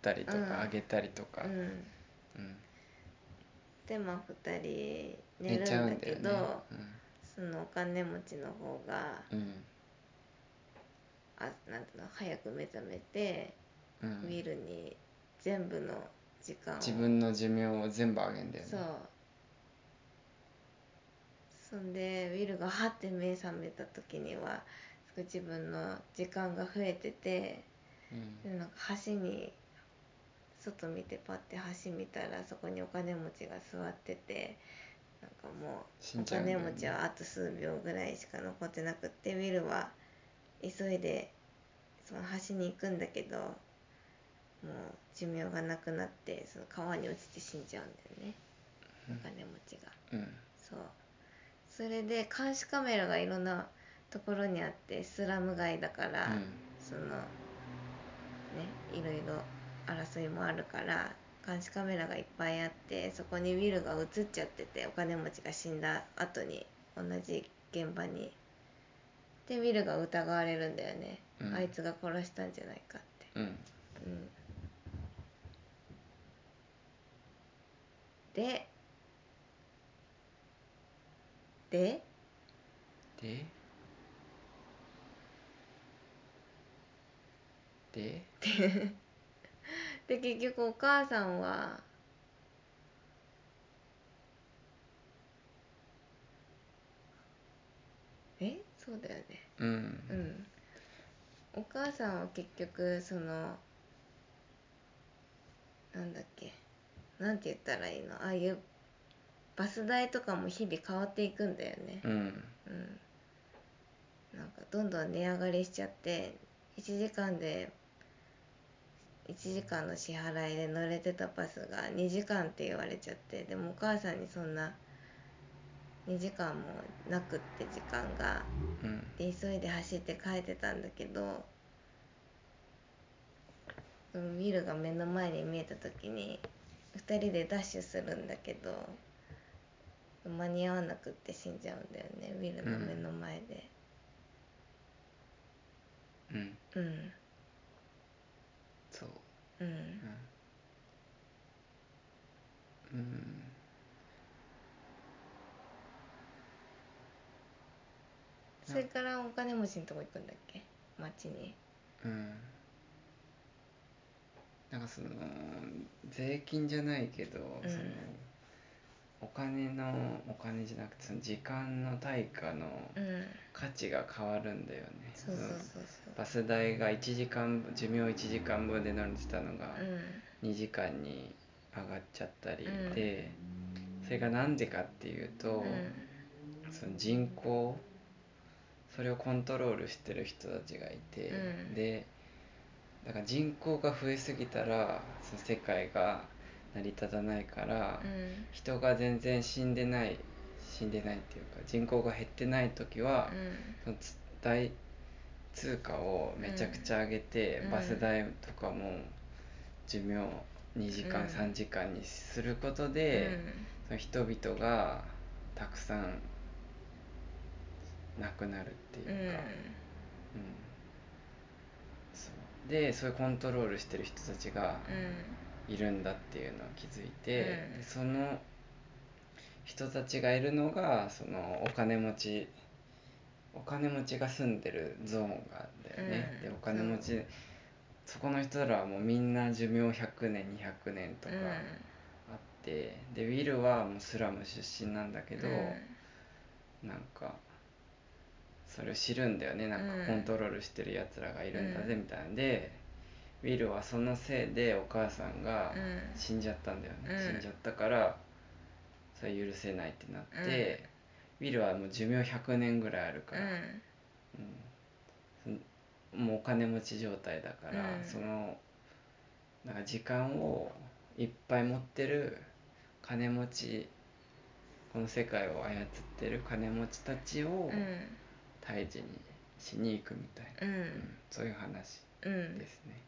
ったりとかあげたりとか、 で2人寝寝ちゃうるんだけど、 んだよね。 そのお金持ちの方が、なんていうの、早く目覚めて、ウィルに全部の時間を、 自分の寿命を全部あげんだよね。 そんでウィルがはって目覚めた時にはすごい自分の時間が増えてて、でなんか橋に外見てパッて橋見たらそこにお金持ちが座ってて、なんかもうお金持ちはあと数秒ぐらいしか残ってなくって、ウィルは急いでその橋に行くんだけど、もう寿命がなくなってその川に落ちて死んじゃうんだよね、お金持ちが。そう、それで監視カメラがいろんなところにあって、スラム街だから、そのね、いろいろ争いもあるから監視カメラがいっぱいあって、そこにウィルが映っちゃってて、お金持ちが死んだ後に同じ現場に。でウィルが疑われるんだよね、あいつが殺したんじゃないかって。でででで結局お母さんはそうだよね。お母さんは結局そのなんだっけ、なんて言ったらいいの、ああいうバス代とかも日々変わっていくんだよね。なんかどんどん値上がりしちゃって、1時間で1時間の支払いで乗れてたバスが2時間って言われちゃって、でもお母さんにそんな2時間もなくって時間が、で急いで走って帰ってたんだけど、ウィルが目の前に見えた時に2人でダッシュするんだけど間に合わなくって死んじゃうんだよね、ウィルの目の前で。 そう。 それからお金持ちのとこ行くんだっけ、町に。 なんかその税金じゃないけど、そのお金じゃなくてその時間の対価の価値が変わるんだよね。バス代が1時間寿命1時間分で乗れてたのが2時間に上がっちゃったりで、それがなんでかっていうと、その人口、それをコントロールしてる人たちがいて、でだから人口が増えすぎたらその世界が成り立たないから、人が全然死んでないっていうか人口が減ってない時は、その大通貨をめちゃくちゃ上げて、バス代とかも寿命2時間、3時間にすることで、その人々がたくさん亡くなるっていうか、でそういうコントロールしてる人たちがいるんだっていうのを気づいて、でその人たちがいるのがそのお金持ちが住んでるゾーンがあるんだよね。でお金持ち、そこの人らはもうみんな寿命100年200年とかあって、でウィルはもうスラム出身なんだけど、なんかそれを知るんだよね。なんかコントロールしてるやつらがいるんだぜみたいなんで、ウィルはそのせいでお母さんが死んじゃったんだよね。死んじゃったからそれ許せないってなって、ウィルはもう寿命100年ぐらいあるから、もうお金持ち状態だから、そのなんか時間をいっぱい持ってる金持ち、この世界を操ってる金持ちたちを退治にしに行くみたいな、そういう話ですね。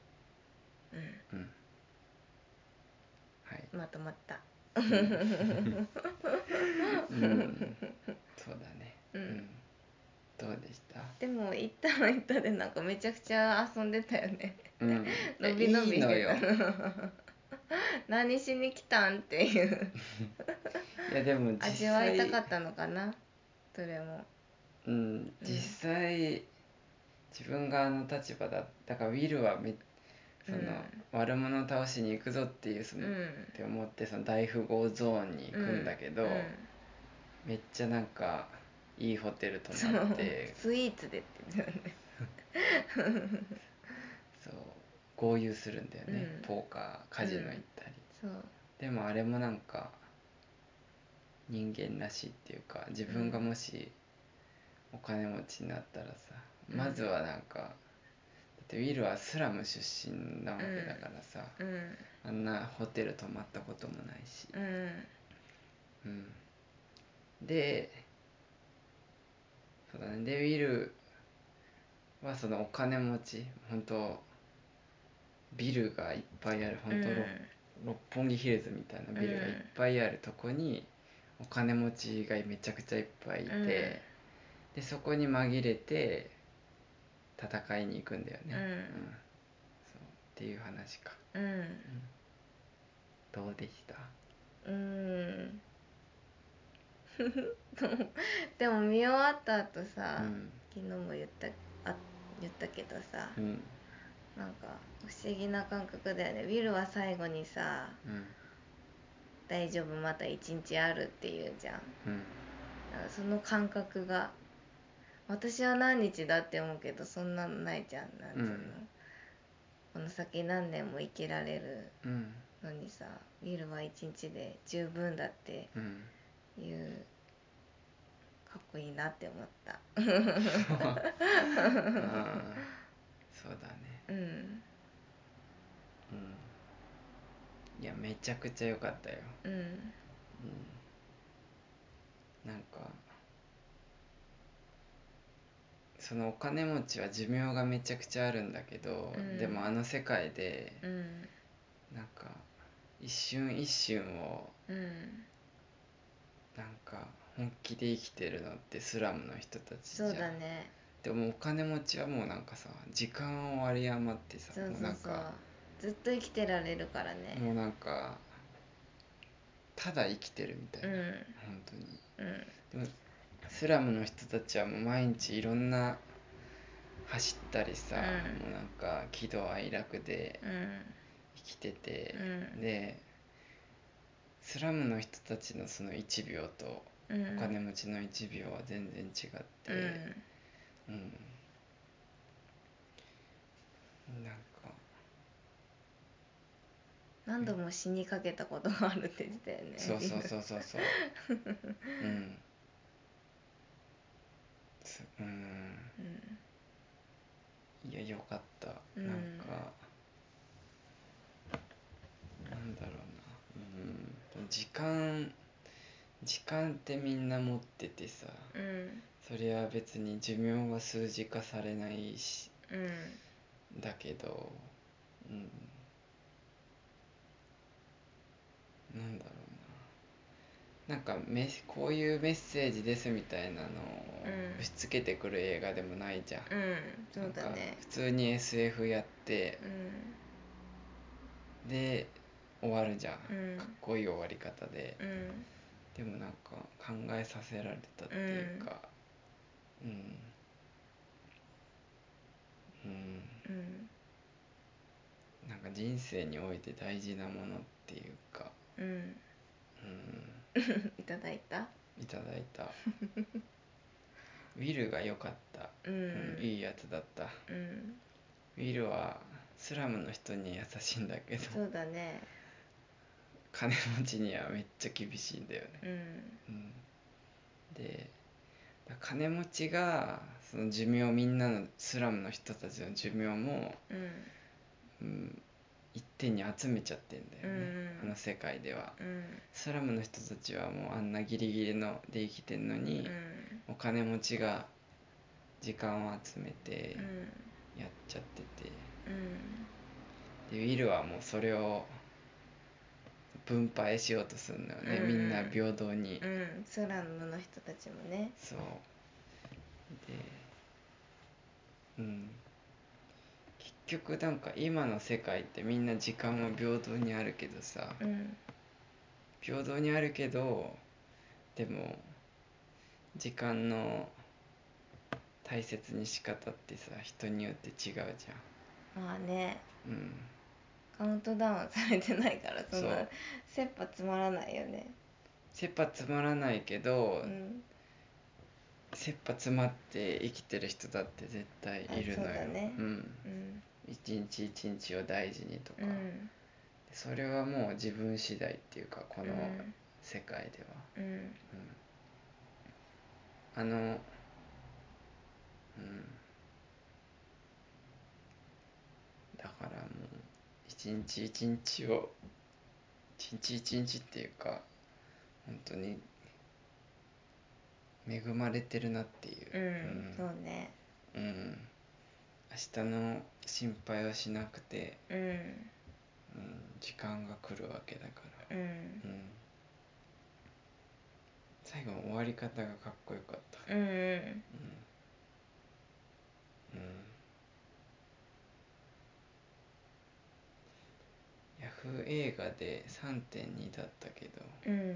はい、 まとまった。 そうだね。どどうでした？ でも行ったら行ったでなんかめちゃくちゃ遊んでたよね。 うん、 のびのびしてたいいのよ。 何しに来たんっていういやでも実味わいたか際ったのかな、それも。 実際自分があの立場だからウィルはその、悪者を倒しに行くぞっていうって思ってその大富豪ゾーンに行くんだけど、めっちゃなんかいいホテル泊まってスイーツでって言ってたよねそう豪遊するんだよね、ポーカーカジノ行ったり、 そうでもあれもなんか人間らしいっていうか、自分がもしお金持ちになったらさ、まずはなんかだってウィルはスラム出身なわけだからさ、あんなホテル泊まったこともないし、でそうだね、でウィルはそのお金持ち、本当ビルがいっぱいある、本当、六本木ヒルズみたいなビルがいっぱいあるとこにお金持ちがめちゃくちゃいっぱいいて、でそこに紛れて戦いに行くんだよね、そうっていう話か。どうでした？ でも見終わった後さ、昨日も言ったけどさ、なんか不思議な感覚だよね。ウィルは最後にさ、大丈夫また一日あるって言うじゃん、その感覚が私は何日だって思うけどそんなのないじゃん。なんつうの、この先何年も生きられるのにさ、ウィルは一日で十分だっていう、かっこいいなって思ったそうだね。いやめちゃくちゃ良かったよ。なんかそのお金持ちは寿命がめちゃくちゃあるんだけど、でもあの世界で、なんか一瞬一瞬を、なんか本気で生きてるのってスラムの人たちじゃん。 そうだね。 でもお金持ちはもうなんかさ、時間を有り余ってさ、もうなんかずっと生きてられるからね。 もうなんかただ生きてるみたいな、本当に。でもスラムの人たちはもう毎日いろんな走ったりさ、もうなんか喜怒哀楽で生きてて、でスラムの人たちのその1秒とお金持ちの1秒は全然違って、なんか何度も死にかけたことがあるって言ってたよね。 そういやよかった。なんかなんだろうな、時間ってみんな持っててさ、それは別に寿命が数字化されないし、だけどなんだろうな、なんかこういうメッセージですみたいなのを押し付けてくる映画でもないじゃん。 そうだね。 なんか普通に SF やって、で終わるじゃん、かっこいい終わり方で、でもなんか考えさせられたっていうか、なんか人生において大事なものっていうか、 いただいたウィルが良かった、いいやつだった。ウィルはスラムの人に優しいんだけど、 そうだね。 金持ちにはめっちゃ厳しいんだよね。で金持ちがその寿命、みんなのスラムの人たちの寿命も、一手に集めちゃってんだよね、あの世界では。スラムの人たちはもうあんなギリギリので生きてんのに、お金持ちが時間を集めてやっちゃってて、でウィルはもうそれを分配しようとするんだよね、みんな平等に。 スラムの人たちもね。 そううん結局なんか今の世界ってみんな時間は平等にあるけどさ、平等にあるけどでも時間の大切に仕方ってさ人によって違うじゃん。 まあね、 うんカウントダウンされてないからそんなそう切羽詰まらないよね。 切羽詰まらないけど、 うん切羽詰まって生きてる人だって絶対いるのよ。 そうだね。 うん一日一日を大事にとか、 うんそれはもう自分次第っていうかこの世界では、 うんあのだからもう一日一日を一日一日っていうか本当に恵まれてるなっていう、 そうね。 明日の心配はしなくて、時間が来るわけだから、最後の終わり方がかっこよかった。ヤフー映画で 3.2 だったけど、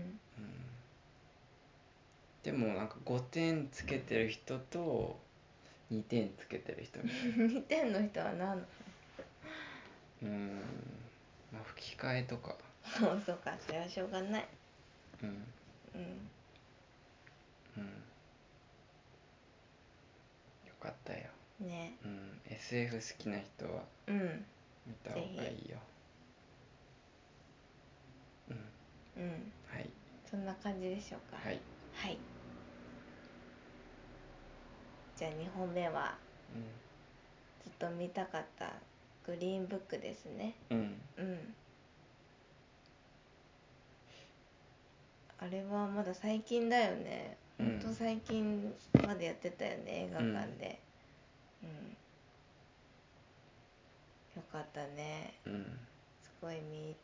でもなんか5点つけてる人と2点つけてる人みたいな 2点の人は何なの？ まあ吹き替えとかもうそうか、それはしょうがない。 うんよかったよね。 SF 好きな人は見た方がいいよ。はい、 そんな感じでしょうか。 はい、 じゃあ2本目はずっと見たかったグリーンブックですね。あれはまだ最近だよね。ほんと最近までやってたよね、映画館で。よかったね。すごい見入った。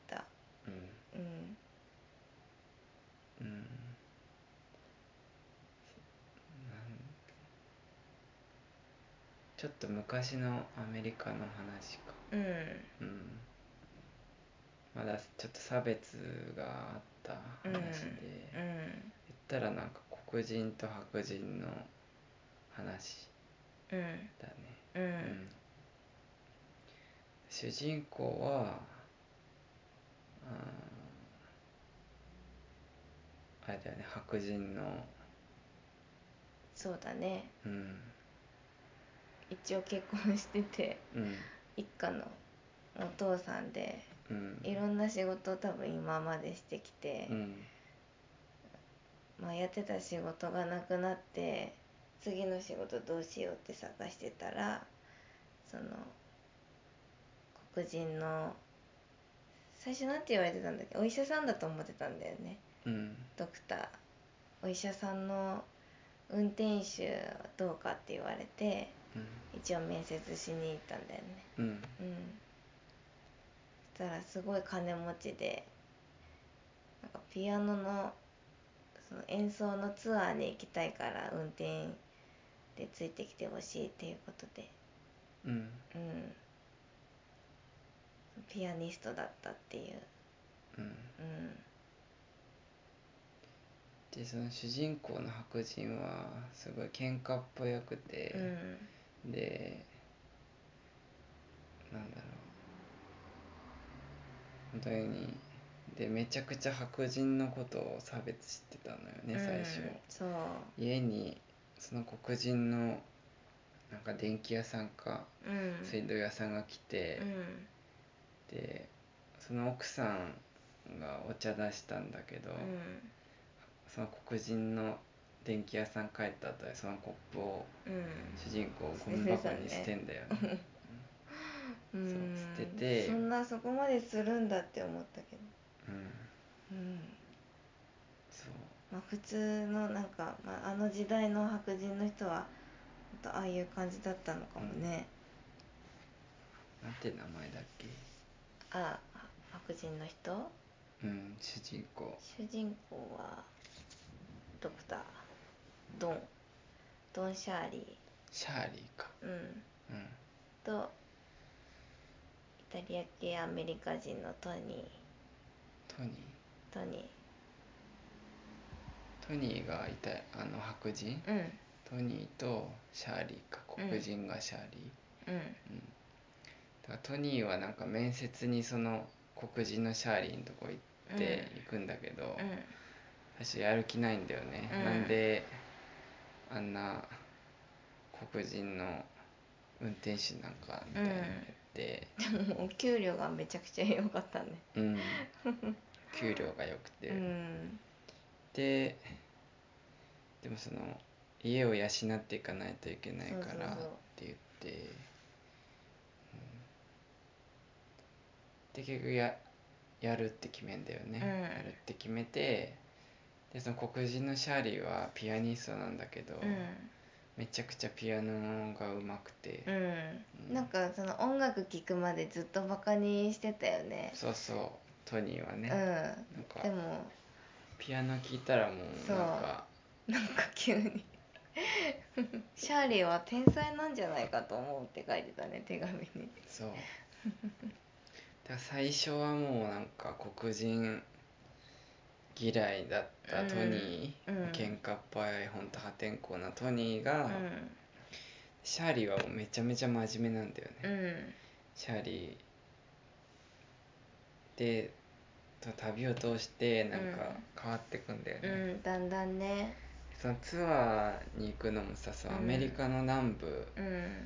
ちょっと昔のアメリカの話か。まだちょっと差別があった話で、言ったらなんか黒人と白人の話だね。主人公はあれだよね、白人の。 そうだね。一応結婚してて、一家のお父さんで、いろんな仕事を多分今までしてきて、まあ、やってた仕事がなくなって次の仕事どうしようって探してたら、その黒人の最初なんて言われてたんだっけ、お医者さんだと思ってたんだよね。ドクター、お医者さんの運転手どうかって言われて、一応面接しに行ったんだよね。そしたらすごい金持ちで、なんかピアノのその演奏のツアーに行きたいから運転でついてきてほしいっていうことで、ピアニストだったっていう。 でその主人公の白人はすごい喧嘩っぽよくて、でなんだろう、本当にでめちゃくちゃ白人のことを差別してたのよね、最初。 そう。 家にその黒人のなんか電気屋さんか、水道屋さんが来て、でその奥さんがお茶出したんだけど、その黒人の電気屋さん帰った後でそのコップを主人公ゴミ箱に捨てんだよね。そう捨てて、 そこまでするんだって思ったけど。 そうまあ普通のなんか、まあ、あの時代の白人の人はああいう感じだったのかもね。 なんて名前だっけ。 白人の人、 主人公はドクタードン。 ドン・シャーリシャーリーか。 ー、うん、 うん。 とイタリア系アメリカ人のトニトニー。 ートニーがいた、白人、 うんトニーとシャーリーか、黒人がシャーリー。 うんうん。だからトニーはなんか面接にその黒人のシャーリーのとこ行くんだけど、 うん私やる気ないんだよね。 うんなんであんな黒人の運転手なんかみたいなのやって、 でもお給料がめちゃくちゃ良かったね。 うん、給料が良くて、 うんでもその家を養っていかないといけないからって言って、で結局やるって決めんだよね、やるって決めて、でその黒人のシャーリーはピアニストなんだけど、めちゃくちゃピアノが上手くて、 なんかその音楽聴くまでずっとバカにしてたよね。 そうそう、トニーはね、なんかでもピアノ聴いたらもうなんか急にシャーリーは天才なんじゃないかと思うって書いてたね、手紙に。 そうだから最初はもうなんか黒人嫌いだったトニー、喧嘩っ早いほんと破天荒なトニーが、シャーリーはもうめちゃめちゃ真面目なんだよね、シャーリーで旅を通してなんか変わってくんだよね、 だんだんね。 そのツアーに行くのもさ、アメリカの南部